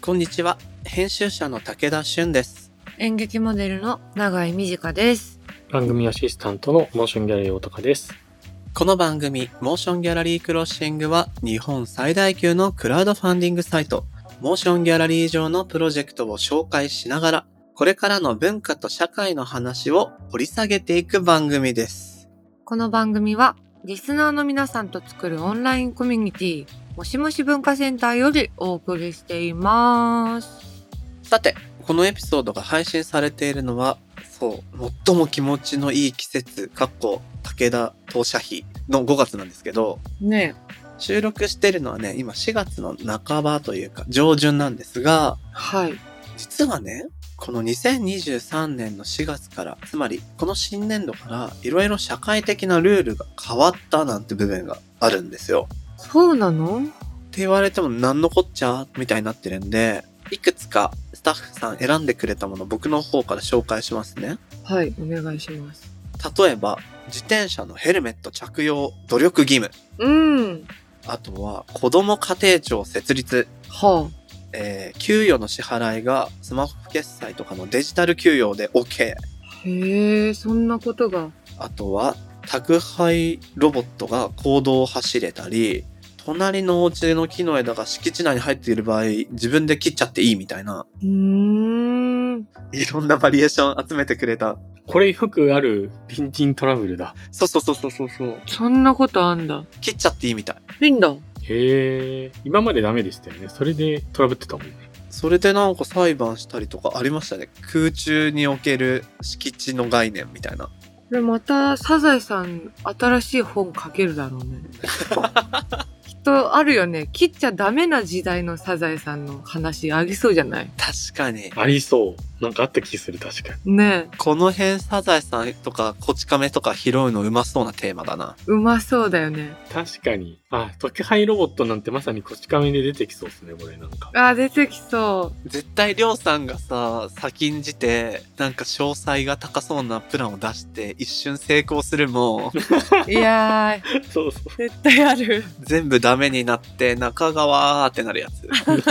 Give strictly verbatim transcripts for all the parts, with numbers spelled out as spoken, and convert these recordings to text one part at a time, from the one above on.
こんにちは。編集者の武田俊です。 演劇モデルの永井美智香です。 番組アシスタントのモーションギャラリー大高です。 この番組モーションギャラリークロッシングは日本最大級のクラウドファンディングサイトモーションギャラリー上のプロジェクトを紹介しながらこれからの文化と社会の話を掘り下げていく番組です。 この番組はリスナーの皆さんと作るオンラインコミュニティもしもし文化センターよりお送りしています。 さて、このエピソードが配信されているのはそう最も気持ちのいい季節かっこ武田当社日のごがつなんですけどねえ収録してるのはね今しがつの半ばというか上旬なんですが、 はい、 実はねこのにせんにじゅうさんねんのしがつからつまりこの新年度からいろいろ社会的なルールが変わったなんて部分があるんですよ。 そうなの？ って言われても何のこっちゃみたいになってるんでいくつかスタッフさん選んでくれたもの僕の方から紹介しますね。 はい、お願いします。 例えば自転車のヘルメット着用努力義務、 うんあとは子ども家庭庁設立、 はあ、 えー、給与の支払いがスマホ決済とかのデジタル給与で OK。 へえ、そんなことが。 あとは宅配ロボットが公道を走れたり隣のお家の木の枝が敷地内に入っている場合自分で切っちゃっていいみたいな、 うーんいろんなバリエーション集めてくれた。 これよくある隣人トラブルだ。 そうそうそうそうそうそう。 そんなことあんだ。 切っちゃっていいみたい。 いいんだ。 へえ、今までダメでしたよね。それでトラブってたもんね。 それでなんか裁判したりとかありましたね。空中における敷地の概念みたいな。 これまたサザエさん新しい本書けるだろうね。きっとあるよね。切っちゃダメな時代のサザエさんの話ありそうじゃない？ 確かに。 ありそう。なんかあった気する、確かに。 ねえ。 この辺サザエさんとかこち亀とか拾うのうまそうなテーマだな。 うまそうだよね。 確かに。あ、宅配ロボットなんてまさにこち亀で出てきそうですね、これなんか。 あ、出てきそう。絶対りょうさんがさ、先んじて、なんか詳細が高そうなプランを出して一瞬成功するもいやー、 そうそう。 絶対ある。 全部ダメになって中川ーってなるやつ。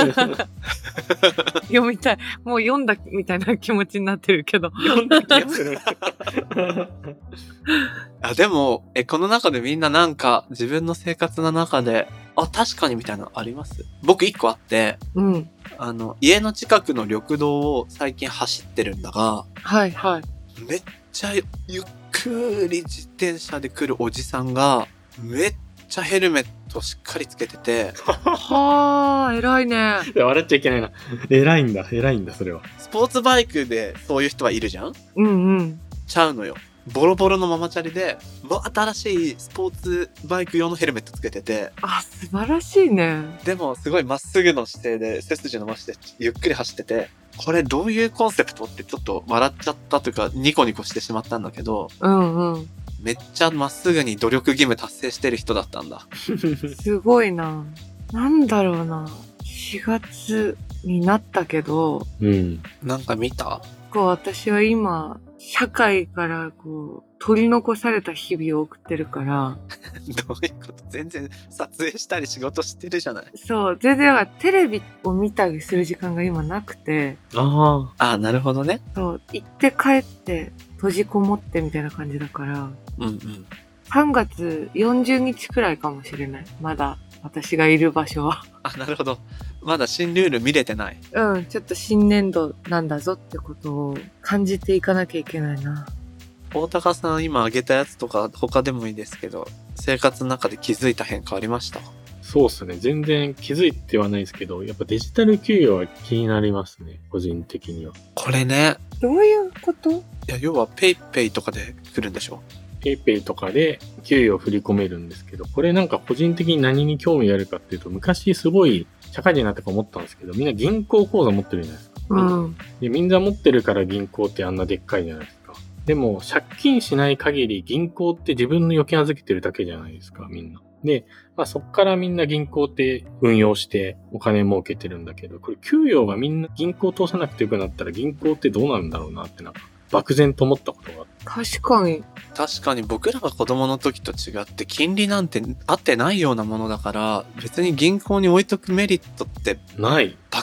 読みたい。もう読んだみたいな気持ちになってるけど。 読んだ気がする。 あ、でも、え、この中でみんななんか自分の生活の中で、あ、確かにみたいなのあります？僕一個あって、 うん。 あの、家の近くの緑道を最近走ってるんだが、 はいはい。 めっちゃゆっくり自転車で来るおじさんが、めっちゃヘルメットしっかりつけてて、 はー、偉いね。 いや笑っちゃいけないな。偉いんだ、偉いんだ、それは。 スポーツバイクでそういう人はいるじゃん？ うんうん。 ちゃうのよ。ボロボロのママチャリで、もう新しいスポーツバイク用のヘルメットつけてて、 あ、素晴らしいね。 でもすごいまっすぐの姿勢で背筋伸ばしてゆっくり走ってて、これどういうコンセプトってちょっと笑っちゃったというかニコニコしてしまったんだけど、 うんうん。 めっちゃまっすぐに努力義務達成してる人だったんだ。 すごいな。なんだろうな。しがつになったけど、 うん。 なんか見た？ こう私は今、社会からこう、取り残された日々を送ってるから、 どういうこと？全然撮影したり仕事してるじゃない。 そう、全然だからテレビを見たりする時間が今なくて、 あああ、なるほどね。 そう、行って帰って閉じこもってみたいな感じだから、 うんうん。 さんがつよんじゅうにちくらいかもしれない。まだ私がいる場所は。 あ、なるほど。まだ新ルール見れてない。 うん、ちょっと新年度なんだぞってことを感じていかなきゃいけないな。 大高さん今挙げたやつとか他でもいいですけど、生活の中で気づいた変化ありました？ そうっすね。全然気づいてはないですけど、やっぱデジタル給与は気になりますね。個人的には。 これね。 どういうこと？ いや、要はペイペイとかで来るんでしょ？ ペイペイとかで給与を振り込めるんですけど、これなんか個人的に何に興味があるかっていうと、昔すごい社会人になってから思ったんですけど、みんな銀行口座持ってるじゃないですか。 うん。 で、みんな持ってるから銀行ってあんなでっかいじゃないですか。でも、借金しない限り銀行って自分の預金預けてるだけじゃないですか、みんな。で、まあそっからみんな銀行って運用してお金儲けてるんだけど、これ給与がみんな銀行通さなくてよくなったら銀行ってどうなるんだろうなってなんか漠然と思ったことがあって。 確かに。 確かに僕らが子供の時と違って金利なんて合ってないようなものだから別に銀行に置いとくメリットってない。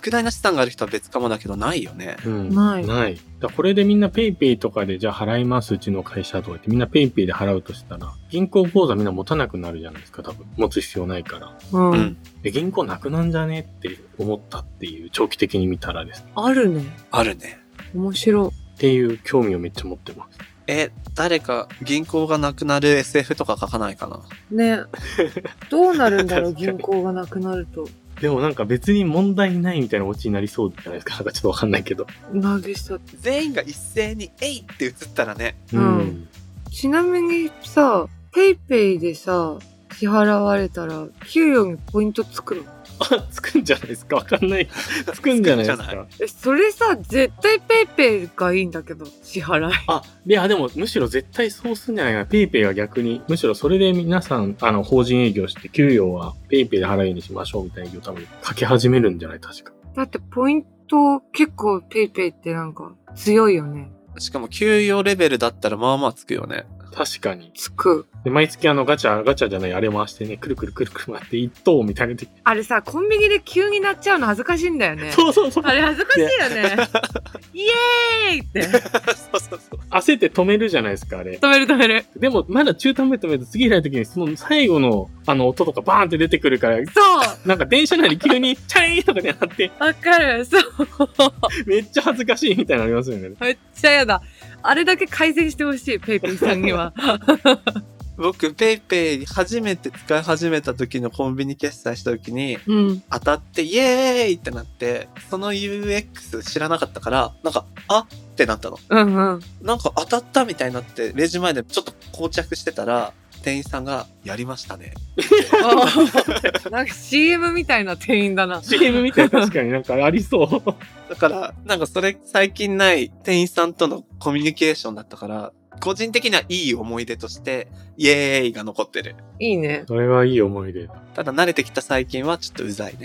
莫大な資産がある人は別かもだけどないよね。 うん。 ないない。だこれでみんなペイペイとかでじゃあ払いますうちの会社とか言ってみんなペイペイで払うとしたら銀行口座みんな持たなくなるじゃないですか。多分持つ必要ないから。 うん。 うん。 で銀行なくなんじゃねって思ったっていう長期的に見たらですね。 あるね。 あるね。 面白っていう興味をめっちゃ持ってます。 え、誰か銀行がなくなる エスエフ とか書かないかな。 い。ね。どうなるんだろう、 確かに銀行がなくなると。 でもなんか別に問題ないみたいなオチになりそうじゃないですか。なんかちょっとわかんないけど。 なぎさ。 全員が一斉にえいって映ったらね。 うんちなみにさ、ペイペイでさ、支払われたら、給与にポイントつくの？ あ、つくんじゃないですか。わかんない。つくんじゃないですつくんじゃか。 え、それさ、絶対ペイペイがいいんだけど、支払い。 あ、いや、でもむしろ絶対そうすんじゃないかな。ペイペイは逆に、むしろそれで皆さん、あの、法人営業して、給与はペイペイで払うようにしましょうみたいな営業多分、かけ始めるんじゃない確か。 だってポイント結構ペイペイってなんか強いよね。 しかも給与レベルだったらまあまあつくよね。 確かに。 つく。 で、毎月あのガチャ、ガチャじゃないあれ回してね、くるくるくるくる回って一等みたいな時。 あれさ、コンビニで急になっちゃうの恥ずかしいんだよね。 そうそうそう。 あれ恥ずかしいよね。イエーイって。 そうそうそう。 焦って止めるじゃないですか、あれ。 止める止める。 でも、まだ中途半端で止めると次開いた時に、その最後のあの音とかバーンって出てくるから、 そうなんか電車内に急にチャイーンとかでなって、 わかる。そう。 めっちゃ恥ずかしいみたいなのありますよね。 めっちゃやだ。あれだけ改善してほしい、ペイペイさんには。 僕、ペイペイ初めて使い始めた時のコンビニ決済した時に、 うん。 当たってイエーイってなって、その ユーエックス 知らなかったから、なんか、あってなったの。 うんうん。 なんか当たったみたいになって、レジ前でちょっと膠着してたら、店員さんが、やりましたね。 なんか シーエム みたいな店員だな。 シーエム みたいな確かになんかありそう。 だから、なんかそれ最近ない店員さんとのコミュニケーションだったから、個人的にはいい思い出として、イエーイが残ってる。 いいね。 それはいい思い出。 ただ慣れてきた最近はちょっとうざいね。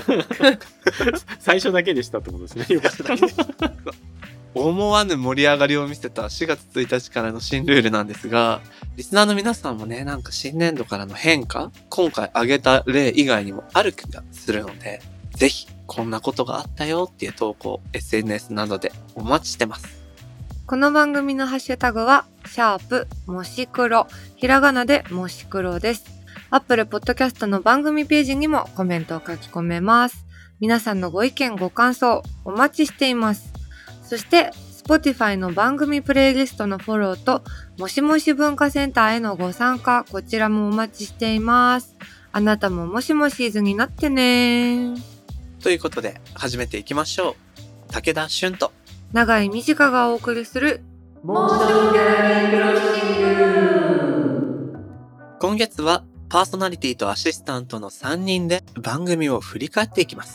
最初だけでしたってことですね。よかった。 思わぬ盛り上がりを見せたしがつついたちからの新ルールなんですが、リスナーの皆さんもね、なんか新年度からの変化、今回挙げた例以外にもある気がするので、ぜひこんなことがあったよっていう投稿、エスエヌエス などでお待ちしてます。 この番組のハッシュタグは、シャープもし黒、ひらがなでもし黒です。アップルポッドキャストの番組ページにもコメントを書き込めます。皆さんのご意見ご感想お待ちしています。そして、Spotify の番組プレイリストのフォローと、もしもし文化センターへのご参加、こちらもお待ちしています。あなたももしもしーずになってね。 ということで、始めていきましょう。武田俊と、 長井美智香がお送りする、 モーションギャラリークロッシング。 今月はパーソナリティとアシスタントのさんにんで番組を振り返っていきます。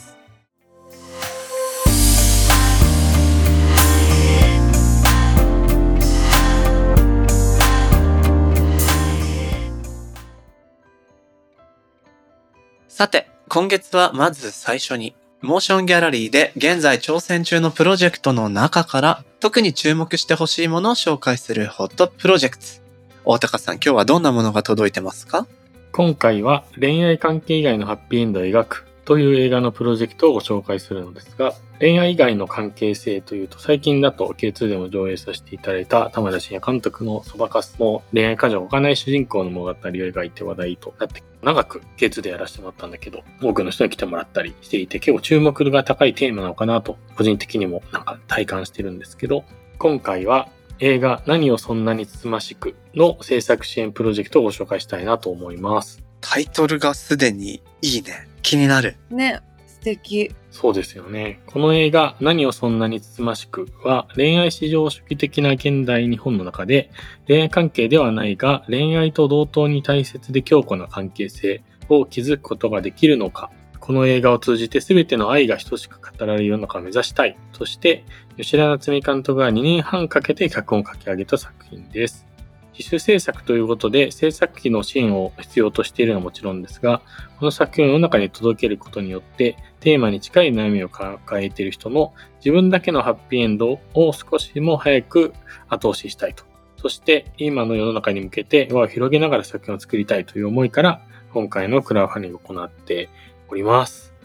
さて、今月はまず最初に、モーションギャラリーで現在挑戦中のプロジェクトの中から特に注目してほしいものを紹介するホットプロジェクト。大高さん、今日はどんなものが届いてますか？ 今回は恋愛関係以外のハッピーエンドを描くという映画のプロジェクトをご紹介するのですが、恋愛以外の関係性というと最近だと ケーツー でも上映させていただいた玉田真也監督のそばかすの恋愛感情を置かない主人公の物語を描いて話題となって長く ケーツー でやらせてもらったんだけど、多くの人に来てもらったりしていて結構注目度が高いテーマなのかなと個人的にもなんか体感してるんですけど、今回は映画何をそんなにつつましくの制作支援プロジェクトをご紹介したいなと思います。 タイトルがすでにいいね。気になる。 ね、素敵。 そうですよね。この映画何をそんなにつつましくは恋愛至上主義的な現代日本の中で恋愛関係ではないが恋愛と同等に大切で強固な関係性を築くことができるのか、この映画を通じて全ての愛が等しく語られる世の中を目指したいとして吉田夏美監督がにねんはんかけて脚本を書き上げた作品です。自主制作ということで制作費の支援を必要としているのはもちろんですが、この作品を世の中に届けることによってテーマに近い悩みを抱えている人の自分だけのハッピーエンドを少しでも早く後押ししたいと。そして今の世の中に向けて輪を広げながら作品を作りたいという思いから今回のクラウドファンディングを行っております。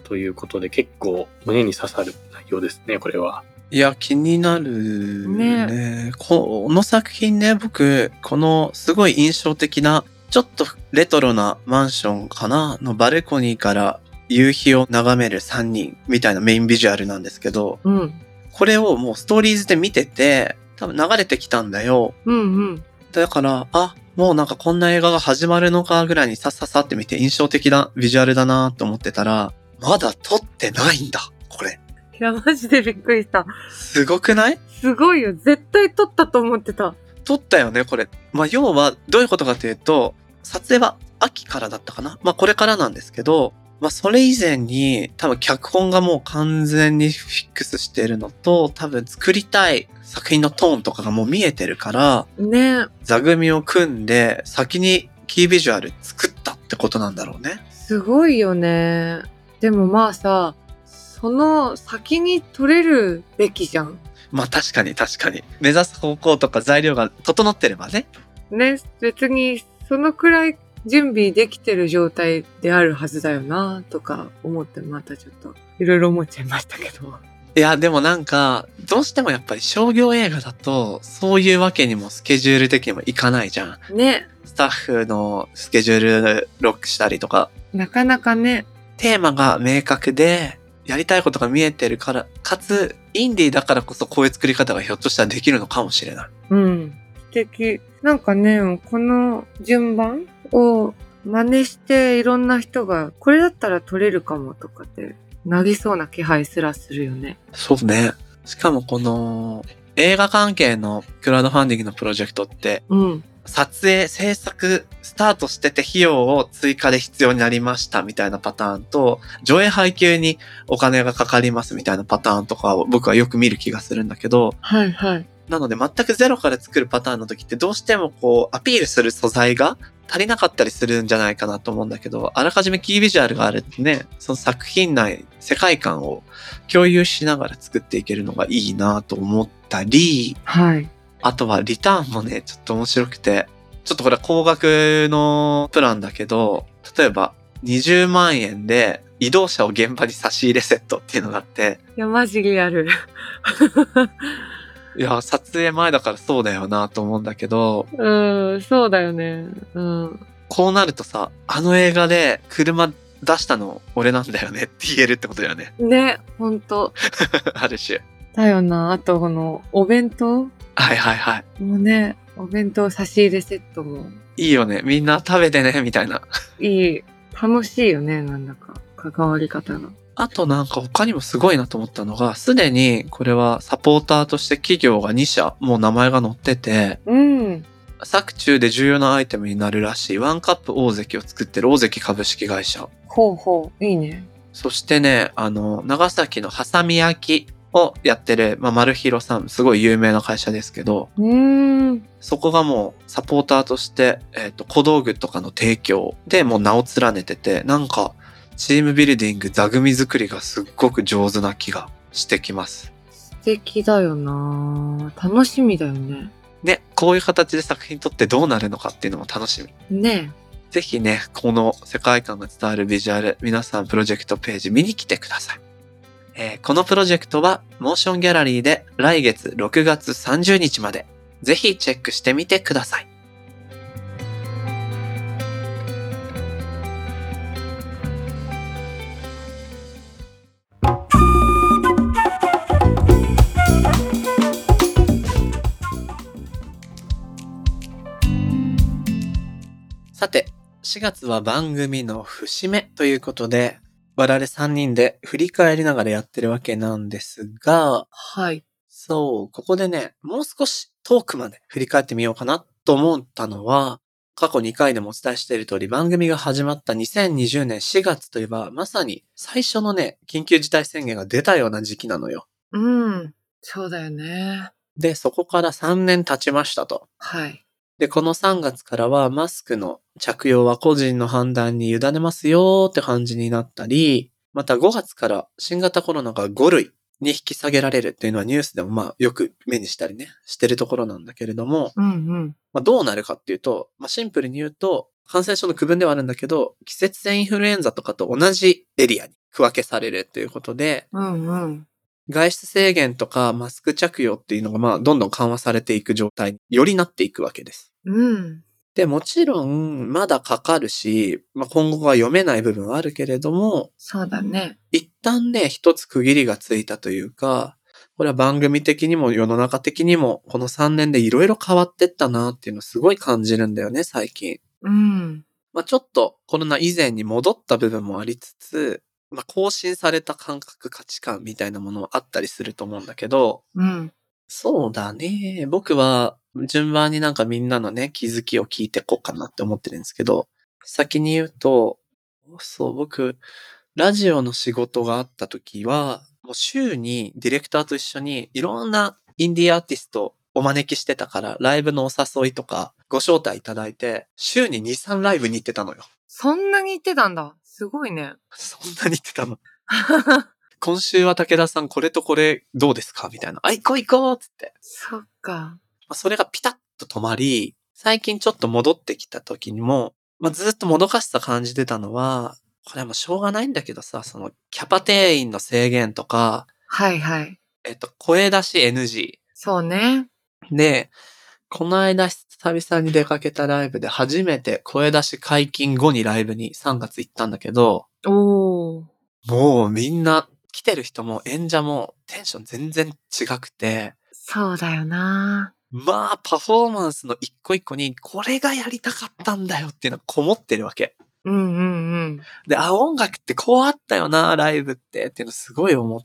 ということで、結構胸に刺さる内容ですね、これは。 いや、気になるね。 ねこの作品ね、僕、このすごい印象的な、ちょっとレトロなマンションかなのバルコニーから夕日を眺めるさんにんみたいなメインビジュアルなんですけど、 うん。 これをもうストーリーズで見てて、多分流れてきたんだよ。 うんうん。 だから、あ、もうなんかこんな映画が始まるのかぐらいにさっさっさって見て印象的なビジュアルだなと思ってたら、まだ撮ってないんだ、これ。 いや、マジでびっくりした。 すごくない？ すごいよ。絶対撮ったと思ってた。 撮ったよね、これ。まあ、要はどういうことかというと、撮影は秋からだったかな？まあ、これからなんですけど、まあ、それ以前に多分脚本がもう完全にフィックスしているのと、多分作りたい作品のトーンとかがもう見えてるから、 ね。 座組を組んで先にキービジュアル作ったってことなんだろうね。 すごいよね。でもまあさ、その先に撮れるべきじゃん。 まあ確かに確かに。目指す方向とか材料が整ってればね。 ね、別にそのくらい準備できてる状態であるはずだよなとか思ってまたちょっといろいろ思っちゃいましたけど。 いや、でもなんか、どうしてもやっぱり商業映画だと、そういうわけにもスケジュール的にもいかないじゃん。 ね、 スタッフのスケジュールロックしたりとか。 なかなかね。 テーマが明確で、やりたいことが見えてるから、かつ、インディーだからこそこういう作り方がひょっとしたらできるのかもしれない。 うん。素敵。なんかね、この順番を真似していろんな人が、これだったら撮れるかもとかってなりそうな気配すらするよね。 そうね。しかもこの、映画関係のクラウドファンディングのプロジェクトって、 うん。 撮影、制作、スタートしてて費用を追加で必要になりましたみたいなパターンと、上映配給にお金がかかりますみたいなパターンとかを僕はよく見る気がするんだけど、 はいはい。 なので全くゼロから作るパターンの時ってどうしてもこうアピールする素材が足りなかったりするんじゃないかなと思うんだけど、あらかじめキービジュアルがあるとね、その作品内、世界観を共有しながら作っていけるのがいいなと思ったり、 はい。 あとはリターンもね、ちょっと面白くて、ちょっとこれは高額のプランだけど、例えばにじゅうまんえんで移動車を現場に差し入れセットっていうのがあって、 いや、マジリアル。 いや、撮影前だからそうだよなと思うんだけど、 うん、そうだよね。うん。 こうなるとさ、あの映画で車出したの俺なんだよねって言えるってことだよね。 ね、ほんと。 ある種。 だよな。あと、この、お弁当はいはいはい。 もね、お弁当差し入れセットもいいよね。みんな食べてね、みたいな。 いい。楽しいよね、なんだか。関わり方が。 あとなんか他にもすごいなと思ったのが、すでにこれはサポーターとして企業がにしゃもう名前が載ってて、 うん。 作中で重要なアイテムになるらしいワンカップ大関を作ってる大関株式会社。 ほうほう。いいね。 そしてね、あの、長崎のハサミ焼きをやってる、まあ、丸広さん、すごい有名な会社ですけど、 うーん。 そこがもうサポーターとして、えっと、小道具とかの提供でもう名を連ねてて、なんか、チームビルディング、座組作りがすっごく上手な気がしてきます。 素敵だよな。楽しみだよね。 ね、こういう形で作品撮ってどうなるのかっていうのも楽しみ。 ねぜひね、この世界観が伝わるビジュアル、皆さんプロジェクトページ見に来てください。えーこのプロジェクトはモーションギャラリーで来月ろくがつさんじゅうにちまで、ぜひチェックしてみてください。さて、しがつは番組の節目ということで、我々さんにんで振り返りながらやってるわけなんですが、 はい。 そう、ここでね、もう少し遠くまで振り返ってみようかなと思ったのは、過去にかいでもお伝えしている通り番組が始まったにせんにじゅうねんしがつといえば、まさに最初のね、緊急事態宣言が出たような時期なのよ。 うん。そうだよね。 で、そこからさんねん経ちましたと。 はい。 で、このさんがつからはマスクの着用は個人の判断に委ねますよって感じになったり、またごがつから新型コロナがごるいに引き下げられるっていうのはニュースでもまあよく目にしたりね、してるところなんだけれども、 うんうん。 まあ、どうなるかっていうと、まあ、シンプルに言うと、感染症の区分ではあるんだけど、季節性インフルエンザとかと同じエリアに区分けされるっていうことで、 うんうん。 外出制限とかマスク着用っていうのがまあどんどん緩和されていく状態によりなっていくわけです。 うん。 で、もちろんまだかかるし、まあ、今後は読めない部分はあるけれども、 そうだね。 一旦ね、一つ区切りがついたというか、これは番組的にも世の中的にもこのさんねんでいろいろ変わってったなっていうのをすごい感じるんだよね、最近。 うん。 まあ、ちょっとコロナ以前に戻った部分もありつつ、まあ、更新された感覚価値観みたいなものはあったりすると思うんだけど、 うん。 そうだね。僕は順番になんかみんなのね、気づきを聞いていこうかなって思ってるんですけど、先に言うと、そう、僕、ラジオの仕事があった時は、もう週にディレクターと一緒にいろんなインディーアーティストをお招きしてたから、ライブのお誘いとかご招待いただいて、週にに、さんライブに行ってたのよ。 そんなに言ってたんだ。すごいね。 そんなに行ってたの。今週は武田さんこれとこれどうですかみたいな。あ、行こう行こうっつって。 そっか。 まあそれがピタッと止まり、最近ちょっと戻ってきた時にも、まあ、ずっともどかしさ感じてたのは、これはもうしょうがないんだけどさ、そのキャパ定員の制限とか、 はいはい。 えっと、声出し エヌジそうね。 ー。で、この間久々に出かけたライブで初めて声出し解禁後にライブにさんがつ行ったんだけど、 おー。 もうみんな来てる人も演者もテンション全然違くて、 そうだよな。 まあパフォーマンスの一個一個にこれがやりたかったんだよっていうのがこもってるわけ。 うんうんうん。 で、あ、音楽ってこうあったよな、ライブってっていうのすごい思って、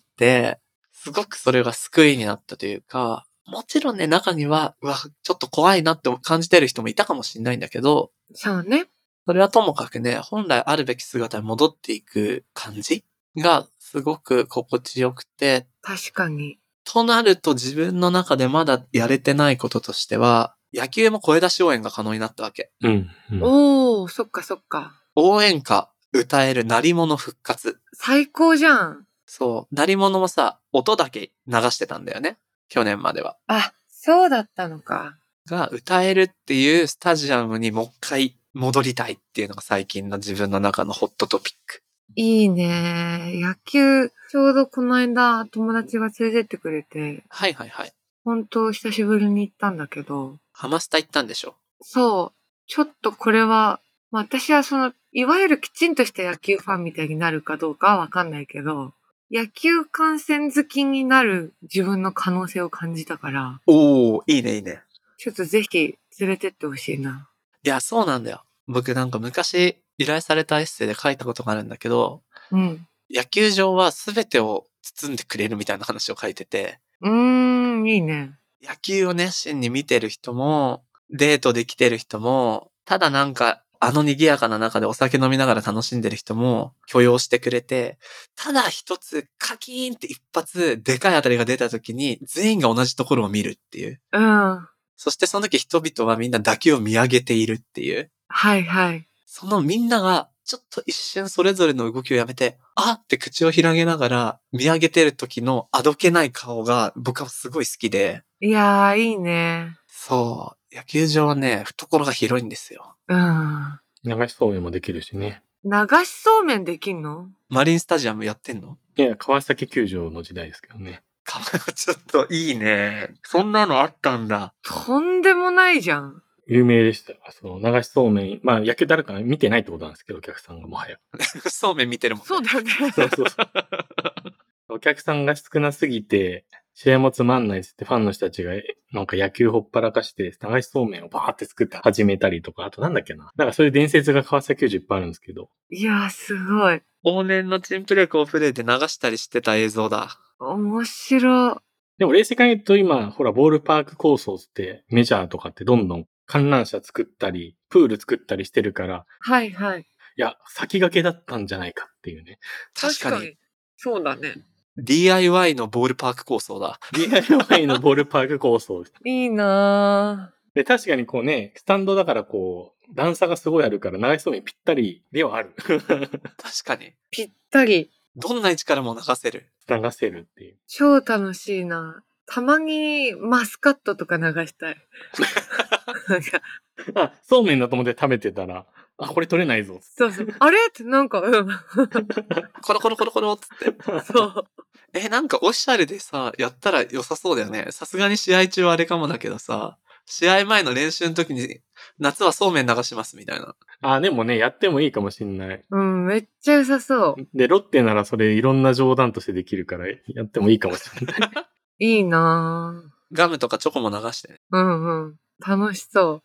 すごくそれが救いになったというか、もちろんね、中には、うわ、ちょっと怖いなって感じてる人もいたかもしれないんだけど、 そうね。 それはともかくね、本来あるべき姿に戻っていく感じがすごく心地よくて、 確かに。 となると自分の中でまだやれてないこととしては、野球も声出し応援が可能になったわけ。 うん。うん、 おー、そっかそっか。 応援歌、歌える鳴り物復活。 最高じゃん。 そう、鳴り物もさ、音だけ流してたんだよね。去年までは。 あ、そうだったのか。 が、歌えるっていうスタジアムにもう一回戻りたいっていうのが最近の自分の中のホットトピック。 いいね。野球、ちょうどこの間友達が連れてってくれて、 はいはいはい。 本当久しぶりに行ったんだけど、 ハマスタ行ったんでしょ？ そう、ちょっとこれは、まあ、私はその、いわゆるきちんとした野球ファンみたいになるかどうかはわかんないけど、野球観戦好きになる自分の可能性を感じたから、 おー、いいねいいね。 ちょっとぜひ連れてってほしいな。 いや、そうなんだよ。僕なんか昔依頼されたエッセイで書いたことがあるんだけど、 うん。 野球場は全てを包んでくれるみたいな話を書いてて、 うーん、いいね。 野球を熱心に見てる人も、デートで来てる人も、ただなんか、あの賑やかな中でお酒飲みながら楽しんでる人も許容してくれて、ただ一つカキーンって一発でかい当たりが出た時に全員が同じところを見るっていう。 うん。はそしてその時人々はみんな打球を見上げているっていう。 いはい。 そのみんながちょっと一瞬それぞれの動きをやめて、あって口を広げながら見上げてる時のあどけない顔が僕はすごい好きで。 いやー、いいね。 そう。野球場はね、懐が広いんですよ。 うん。 流しそうめんもできるしね。 流しそうめんできんの？ マリンスタジアムやってんの？ いや、川崎球場の時代ですけどね。 かちょっといいね。そんなのあったんだ。 とんでもないじゃん。 有名でした。その流しそうめん。まあ、野球誰か見てないってことなんですけど、お客さんがもはや。 そうめん見てるもんね。 そうだよね。 そうそうそう。お客さんが少なすぎて、試合もつまんないっつってファンの人たちがなんか野球ほっぱらかして流しそうめんをバーって作って始めたりとか、あとなんだっけな。なんかそういう伝説が川崎球場いっぱいあるんですけど。 いやー、すごい。 往年のチンプレー好プレーで流したりしてた映像だ。 面白。 でも冷静に考えると今、ほら、ボールパーク構想ってメジャーとかってどんどん観覧車作ったり、プール作ったりしてるから、 はいはい。 いや、先駆けだったんじゃないかっていうね。 確かに。 そうだね。 ディーアイワイ のボールパーク構想だ。 ディーアイワイ のボールパーク構想。 いいなで、確かにこうね、スタンドだからこう、段差がすごいあるから流しそうめんぴったりではある。 確かに。 ぴったり。 どんな位置からも流せる。 流せるっていう。 超楽しいなたまにマスカットとか流したい。なんかあ、そうめんだと思って食べてたら、あ、これ取れないぞ。 そうそう。あれってなんか、うん。 コロコロコロコロっつって。 そう。 え、なんかオフィシャルでさ、やったら良さそうだよね。さすがに試合中はあれかもだけどさ、試合前の練習の時に、夏はそうめん流しますみたいな。 あ、でもね、やってもいいかもしんない。 うん、めっちゃ良さそう。 で、ロッテならそれいろんな冗談としてできるから、やってもいいかもしれない。 いいなぁ。 ガムとかチョコも流してね。 うんうん。楽しそう。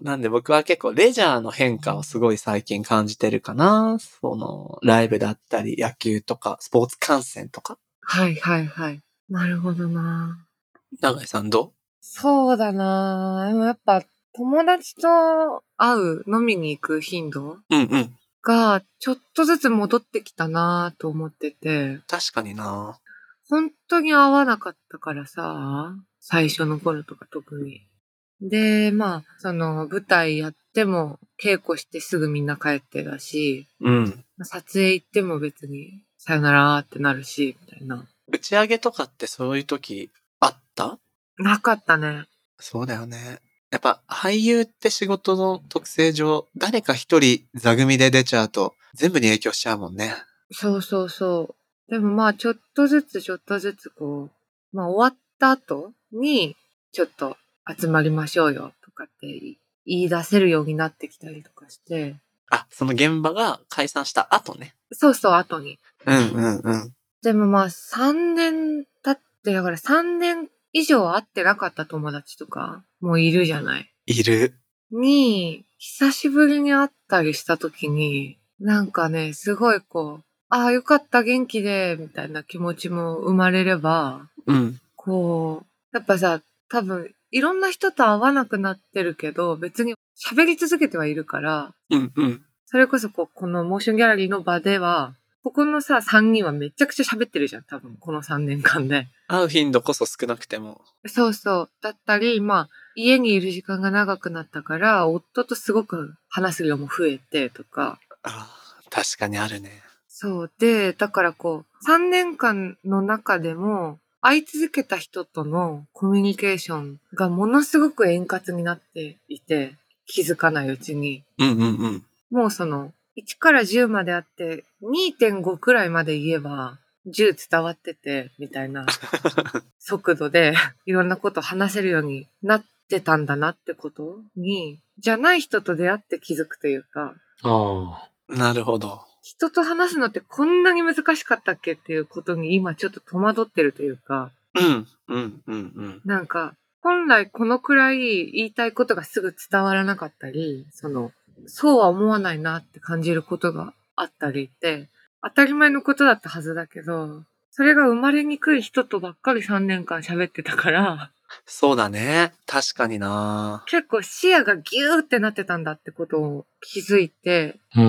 なんで僕は結構レジャーの変化をすごい最近感じてるかな。その、ライブだったり、野球とか、スポーツ観戦とか。 はいはいはい。なるほどなぁ。 永井さんどそうだなぁ。でもやっぱ友達と会う、飲みに行く頻度ううんうん。 がちょっとずつ戻ってきたなぁと思ってて、 確かにな。 本当に会わなかったからさ、最初の頃とか特に。で、まあ、その舞台やっても稽古してすぐみんな帰ってだし、 うん。 撮影行っても別にさよならってなるし、みたいな。 打ち上げとかってそういう時あった？ なかったね。 そうだよね。やっぱ俳優って仕事の特性上、誰か一人座組で出ちゃうと全部に影響しちゃうもんね。 そうそうそう。でもまあ、ちょっとずつちょっとずつこう、まあ終わった後に、ちょっと集まりましょうよとかって言い出せるようになってきたりとかして。 あ、その現場が解散した後ね。 そうそう、後に。 うんうんうん。 でもまあ、さんねん経って、だからさんねん以上会ってなかった友達とかもいるじゃない。 いる。 に、久しぶりに会ったりした時に、なんかね、すごいこう、ああ、よかった、元気で、みたいな気持ちも生まれれば、 うん。 こう、やっぱさ、多分、いろんな人と会わなくなってるけど、別に喋り続けてはいるから、 うんうん。 それこそこう、このモーションギャラリーの場では、ここのさ、さんにんはめちゃくちゃ喋ってるじゃん、多分、このさんねんかんで。 会う頻度こそ少なくても。 そうそう。だったり、まあ、家にいる時間が長くなったから、夫とすごく話す量も増えてとか。 ああ、確かにあるね。 そう。で、だからこう、さんねんかんの中でも、会い続けた人とのコミュニケーションがものすごく円滑になっていて、気づかないうちに。 うんうんうん。 もうその、いちからじゅうまであって、にてんご くらいまで言えば、じゅう伝わってて、みたいな速度でいろんなこと話せるようになってたんだなってことに、じゃない人と出会って気づくというか、 ああ。 なるほど。 人と話すのってこんなに難しかったっけっていうことに今ちょっと戸惑ってるというか、 うんうんうんうん。 なんか、本来このくらい言いたいことがすぐ伝わらなかったり、その、そうは思わないなって感じることがあったりって、当たり前のことだったはずだけど、それが生まれにくい人とばっかりさんねんかん喋ってたから、 そうだね。確かにな。 結構視野がギューってなってたんだってことを気づいて、 うん。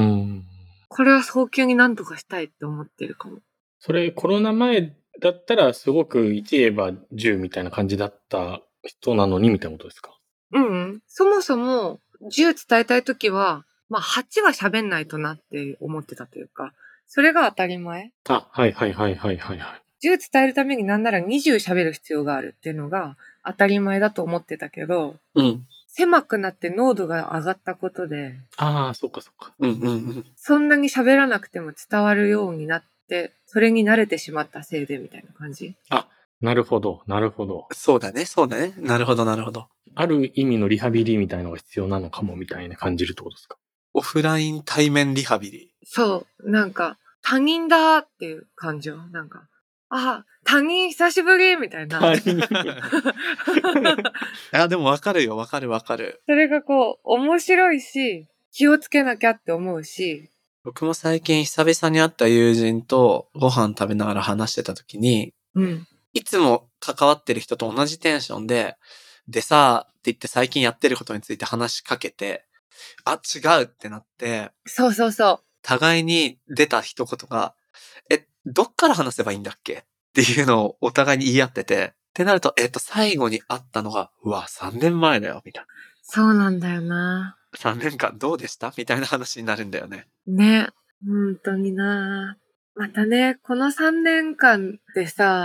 これは早急に何とかしたいって思ってるかも。 それコロナ前だったらすごくいち言えばじゅうみたいな感じだった人なのにみたいなことですか？ うんうん。そもそもじゅう伝えたいときは、まあはちは喋んないとなって思ってたというか、それが当たり前。 あ、はいはいはいはいはいはい。 じゅう伝えるためになんならにじゅう喋る必要があるっていうのが当たり前だと思ってたけど、 うん。 狭くなって濃度が上がったことで、 ああ、そっかそっか。 うんうんうん。 そんなに喋らなくても伝わるようになって、それに慣れてしまったせいでみたいな感じ。 あ、なるほど、なるほど。 そうだね、そうだね。なるほどなるほど。 ある意味のリハビリみたいなのが必要なのかもみたいな感じるってことですか？ オフライン対面リハビリ。 そう、なんか、他人だっていう感情。なんか、あ、他人久しぶりみたいな。 他人いや、でもわかるよ、わかるわかる。 それがこう、面白いし、気をつけなきゃって思うし。 僕も最近久々に会った友人とご飯食べながら話してた時に、 うん。 いつも関わってる人と同じテンションで、でさ、って言って最近やってることについて話しかけて、あ、違うってなって、 そうそうそう。 互いに出た一言が、え、どっから話せばいいんだっけっていうのをお互いに言い合ってて、ってなると、えっと、最後に会ったのが、うわ、さんねんまえだよ、みたいそうなんだよな。 な。さんねんかんどうでしたみたいな話になるんだよね。 ね。本当にな。またね、このさんねんかんでさ、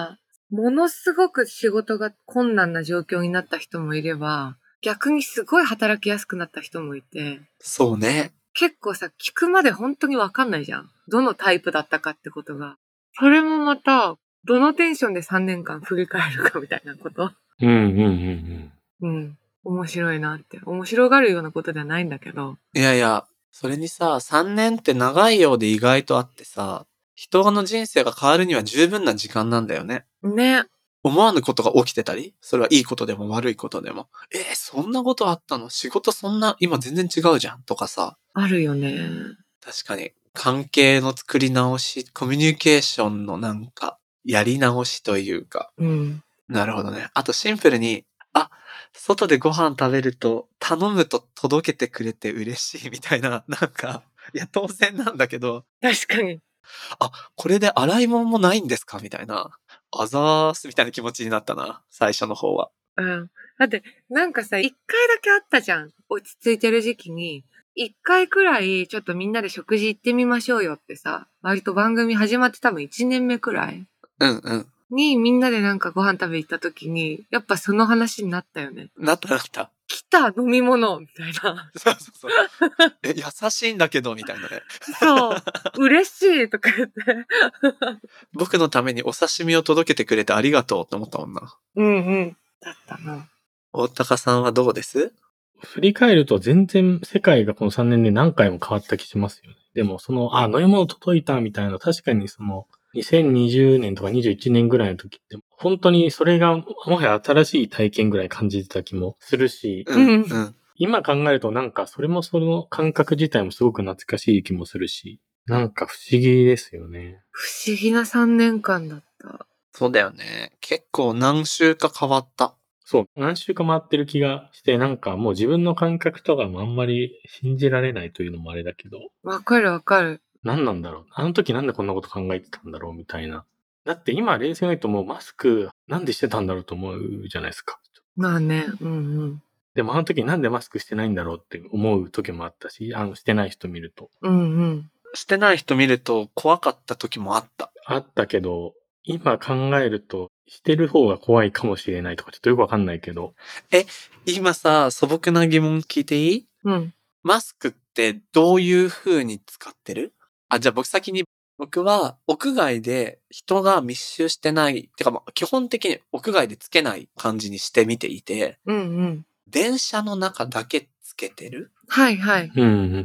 ものすごく仕事が困難な状況になった人もいれば、逆にすごい働きやすくなった人もいて、 そうね。 結構さ、聞くまで本当にわかんないじゃん。どのタイプだったかってことが。それもまた、どのテンションでさんねんかん振り返るかみたいなこと。 うんうんうんうん。面白いなって。面白がるようなことではないんだけど。 いやいや、それにさ、さんねんって長いようで意外とあってさ、人の人生が変わるには十分な時間なんだよね。 ね。 思わぬことが起きてたり、それはいいことでも悪いことでも。えー、そんなことあったの？仕事そんな、今全然違うじゃんとかさ。 あるよね。 確かに、関係の作り直し、コミュニケーションのなんか、やり直しというか。 うん。 なるほどね。あとシンプルに、あ、外でご飯食べると、頼むと届けてくれて嬉しいみたいな、なんか、いや、当然なんだけど、 確かに。 あ、これで洗い物もないんですかみたいな。あざーすみたいな気持ちになったな、最初の方は。 うん。だって、なんかさ、一回だけあったじゃん。落ち着いてる時期に。一回くらい、ちょっとみんなで食事行ってみましょうよってさ、割と番組始まって多分一年目くらいうんうん。 にみんなでなんかご飯食べ行った時に、やっぱその話になったよね。 なったなった。 来た飲み物みたいな。 そうそうそう。え、優しいんだけど、みたいなね。 そう。嬉しいとか言って。 僕のためにお刺身を届けてくれてありがとうって思ったもんな。 うんうん。だったな。 大高さんはどうです？ 振り返ると全然世界がこのさんねんで何回も変わった気しますよね。でもその、あ、飲み物届いたみたいな、確かにその、にせんにじゅうねんとかにじゅういちねんぐらいの時って、本当にそれがもはや新しい体験ぐらい感じてた気もするし、 うんうん。 今考えるとなんかそれもその感覚自体もすごく懐かしい気もするし、なんか不思議ですよね。 不思議なさんねんかんだった。 そうだよね。結構何週か変わった。 そう、何週か回ってる気がして、なんかもう自分の感覚とかもあんまり信じられないというのもあれだけど、 わかるわかる。 何なんだろう。あの時なんでこんなこと考えてたんだろうみたいな。だって今冷静に言うともうマスクなんでしてたんだろうと思うじゃないですか。 まあね、うんうん。 でもあの時なんでマスクしてないんだろうって思う時もあったし、あのしてない人見ると。 うんうん。 してない人見ると怖かった時もあった。 あったけど、今考えると、してる方が怖いかもしれないとかちょっとよくわかんないけど。 え、今さ、素朴な疑問聞いていい？ うん。 マスクってどういう風に使ってる？あ、じゃあ僕先に、僕は屋外で人が密集してない、てかまあ基本的に屋外でつけない感じにしてみていて、 うんうん。 電車の中だけつけてる？ はいはい。 うん。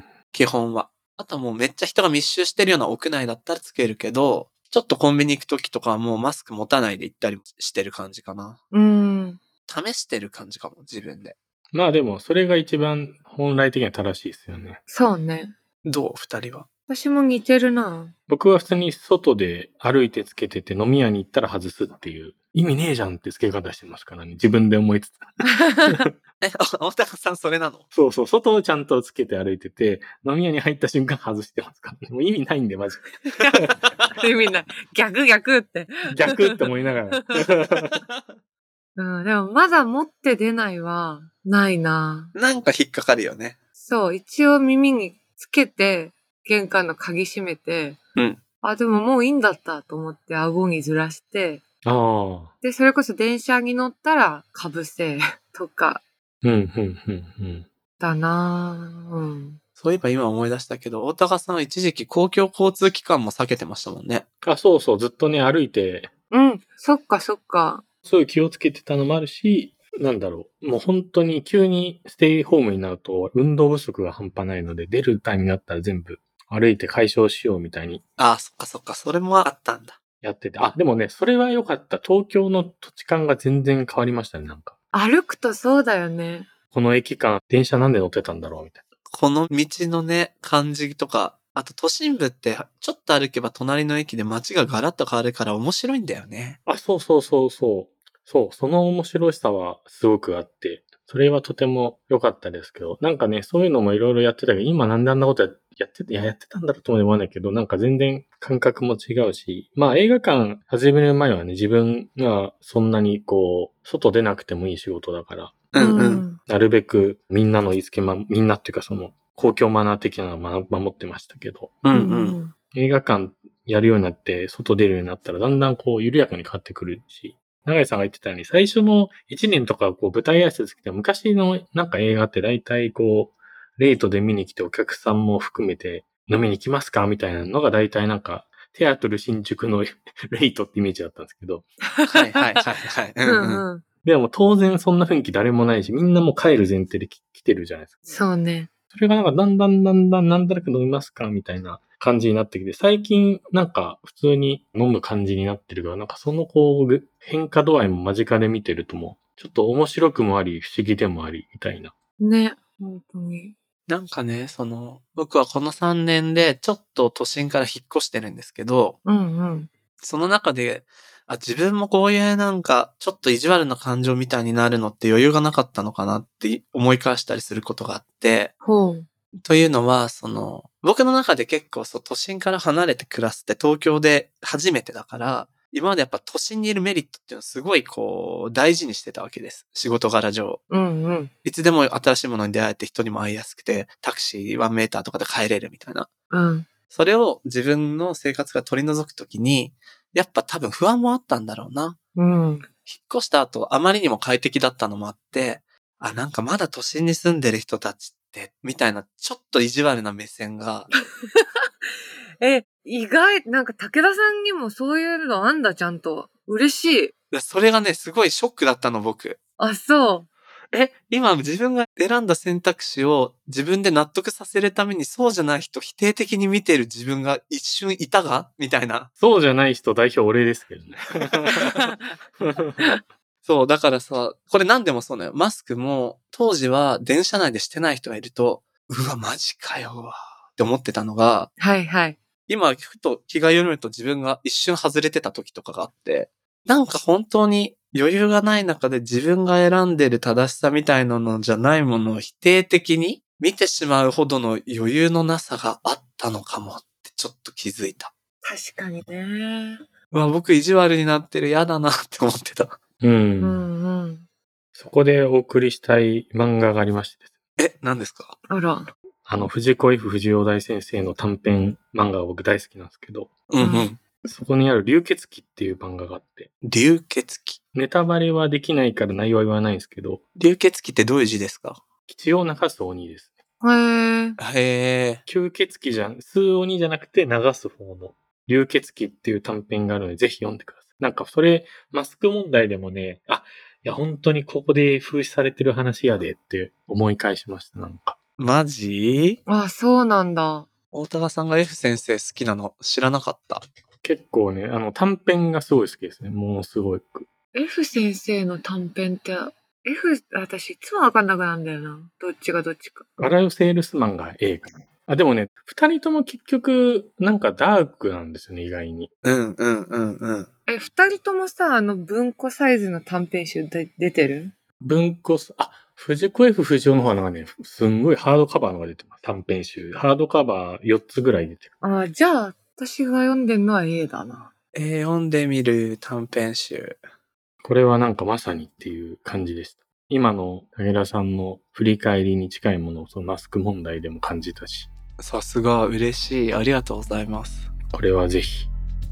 基本は。あとはもうめっちゃ人が密集してるような屋内だったらつけるけど、ちょっとコンビニ行くときとかはもうマスク持たないで行ったりしてる感じかな。 うーん。 試してる感じかも、自分で。 まあでも、それが一番本来的には正しいですよね。 そうね。 どう？二人は。 私も似てるな。 僕は普通に外で歩いてつけてて飲み屋に行ったら外すっていう、意味ねえじゃんって付け方してますからね。自分で思いつつ。 え、大高さんそれなの？ そうそう、外をちゃんとつけて歩いてて、飲み屋に入った瞬間外してますからね。もう意味ないんで、マジ意味ない。逆逆って。 で。逆って思いながら。 うん、でもまだ持って出ないはないな。 なんか引っかかるよね。 そう、一応耳につけて、玄関の鍵閉めて、 うん。 あ、でももういいんだったと思って顎にずらして、 ああ。 で、それこそ電車に乗ったら被せとかうん、うん、うん、うん。 だなぁ。うん。 そういえば今思い出したけど、大高さんは一時期公共交通機関も避けてましたもんね。 あ、そうそう、ずっとね、歩いて、 うん、そっかそっか。 そういう気をつけてたのもあるし、なんだろう。もう本当に急にステイホームになると運動不足が半端ないので、出るタイミングだったら全部歩いて解消しようみたいにああ、そっかそっか、それもあったんだ。 やってて。あ、でもね、それは良かった。東京の土地感が全然変わりましたね、なんか。 歩くとそうだよね。 この駅間、電車なんで乗ってたんだろうみたいこの道のね、感じとか、あと都心部ってちょっと歩けば隣の駅で街がガラッと変わるから面白いんだよね。 な。あ、そうそうそうそう。そう、その面白さはすごくあって、それはとても良かったですけど、なんかね、そういうのもいろいろやってたけど、今なんであんなことややってて、いや、やってたんだろうとも思わないけど、なんか全然感覚も違うし、まあ映画館始める前はね、自分がそんなにこう、外出なくてもいい仕事だから、 うんうん。 なるべくみんなの言いつけま、みんなっていうかその、公共マナー的なのを守ってましたけど、 うんうん。 映画館やるようになって、外出るようになったら、だんだんこう緩やかに変わってくるし、永井さんが言ってたように、最初のいちねんとかこう舞台挨拶来て、昔のなんか映画って大体こう、レートで見に来てお客さんも含めて飲みに来ますかみたいなのが大体なんか、テアトル新宿のレイトってイメージだったんですけど。 はいはいはいはい。うんうん。 うんうん。 でも当然そんな雰囲気誰もないし、みんなもう帰る前提で来てるじゃないですか。 そうね。 それがなんかだんだんだんだんなんとなく飲みますかみたいな感じになってきて、最近なんか普通に飲む感じになってるから、なんかそのこう変化度合いも間近で見てるとも、ちょっと面白くもあり、不思議でもあり、みたいな。 ね。本当に。 なんかね、その、僕はこのさんねんでちょっと都心から引っ越してるんですけど、 うんうん。 その中で、あ、自分もこういうなんか、ちょっと意地悪な感情みたいになるのって余裕がなかったのかなって思い返したりすることがあって、 ほう。 というのは、その、僕の中で結構そう都心から離れて暮らすって東京で初めてだから、今までやっぱ都心にいるメリットっていうのをすごいこう、大事にしてたわけです。仕事柄上。 うんうん。 いつでも新しいものに出会えて人にも会いやすくて、タクシーワンメーターとかで帰れるみたいな。 うん。 それを自分の生活が取り除くときに、やっぱ多分不安もあったんだろうな。 うん。 引っ越した後、あまりにも快適だったのもあって、あ、なんかまだ都心に住んでる人たちって、みたいな、ちょっと意地悪な目線が。 え、意外、なんか武田さんにもそういうのあんだ、ちゃんと。嬉しい。 それがね、すごいショックだったの、僕。 あ、そう。 え、今自分が選んだ選択肢を自分で納得させるためにそうじゃない人否定的に見てる自分が一瞬いたがみたいな。 そうじゃない人代表俺ですけどね。 そう、だからさ、これ何でもそうだよ。マスクも当時は電車内でしてない人がいると、うわ、マジかよわって思ってたのが、 はいはい。 今、ふと気が緩めると自分が一瞬外れてた時とかがあって、なんか本当に余裕がない中で自分が選んでる正しさみたいなのじゃないものを否定的に見てしまうほどの余裕のなさがあったのかもってちょっと気づいた。 確かにね。 うわ、僕意地悪になってる、嫌だなって思ってた。 うん。 うんうん。 そこでお送りしたい漫画がありましてですね。 え、何ですか？ あら。 あの、藤子 F 不二雄大先生の短編漫画が僕大好きなんですけど、 うんうん。 そこにある流血鬼っていう漫画があって、 流血鬼。 ネタバレはできないから内容は言わないんですけど、 流血鬼ってどういう字ですか？ 血を流す鬼ですへえ。 へえ。 吸血鬼じゃん、吸う鬼じゃなくて流す方の流血鬼っていう短編があるので、ぜひ読んでください。なんかそれ、マスク問題でもね、あ、いや本当にここで風刺されてる話やでって思い返しました、なんか。 マジ？ あ、そうなんだ。 大高さんが F 先生好きなの知らなかった。 結構ね、あの短編がすごい好きですね。ものすごく。 F 先生の短編って、F、私いつもわかんなくなるんだよな。どっちがどっちか。 笑うセールスマンが A かな。あ、でもね、二人とも結局、なんかダークなんですよね、意外に。 うんうんうんうん。 え、二人ともさ、あの文庫サイズの短編集で出てる？ 文庫す、あ、藤子 F 不二雄の方はなんかね、すんごいハードカバーのが出てます。短編集。ハードカバーよっつぐらい出てる。 あ、じゃあ、私が読んでんのは A だな。 えー、読んでみる短編集。 これはなんかまさにっていう感じでした。今の武田さんの振り返りに近いものをそのマスク問題でも感じたし。 さすが嬉しい。ありがとうございます。 これはぜひ。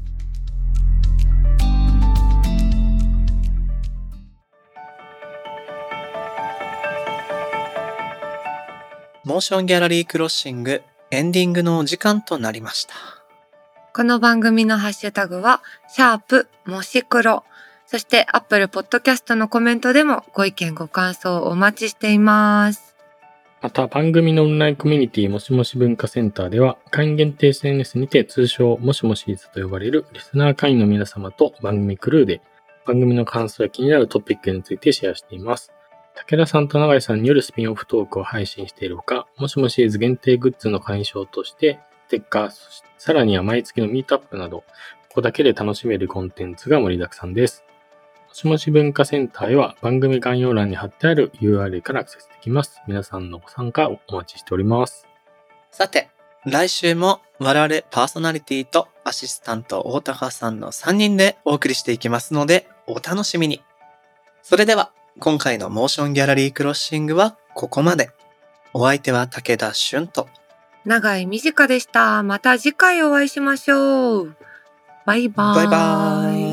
モーションギャラリークロッシングエンディングのお時間となりました。 この番組のハッシュタグは、シャープもし黒。そして Apple Podcast のコメントでもご意見ご感想をお待ちしています。 また番組のオンラインコミュニティもしもし文化センターでは会員限定 エスエヌエス にて通称もしもしーずと呼ばれるリスナー会員の皆様と番組クルーで番組の感想や気になるトピックについてシェアしています。武田さんと永井さんによるスピンオフトークを配信しているほか、もしもしーず限定グッズの会員証としてステッカー、さらには毎月のミートアップなど、ここだけで楽しめるコンテンツが盛りだくさんです。もしもし文化センターへは番組概要欄に貼ってある ユーアールエル からアクセスできます。皆さんのご参加をお待ちしております。 さて、来週も我々パーソナリティとアシスタント大高さんのさんにんでお送りしていきますのでお楽しみに。それでは今回のモーションギャラリークロッシングはここまで。お相手は武田俊と長井美智香でした。また次回お会いしましょう。バイバーイ。 バイバーイ。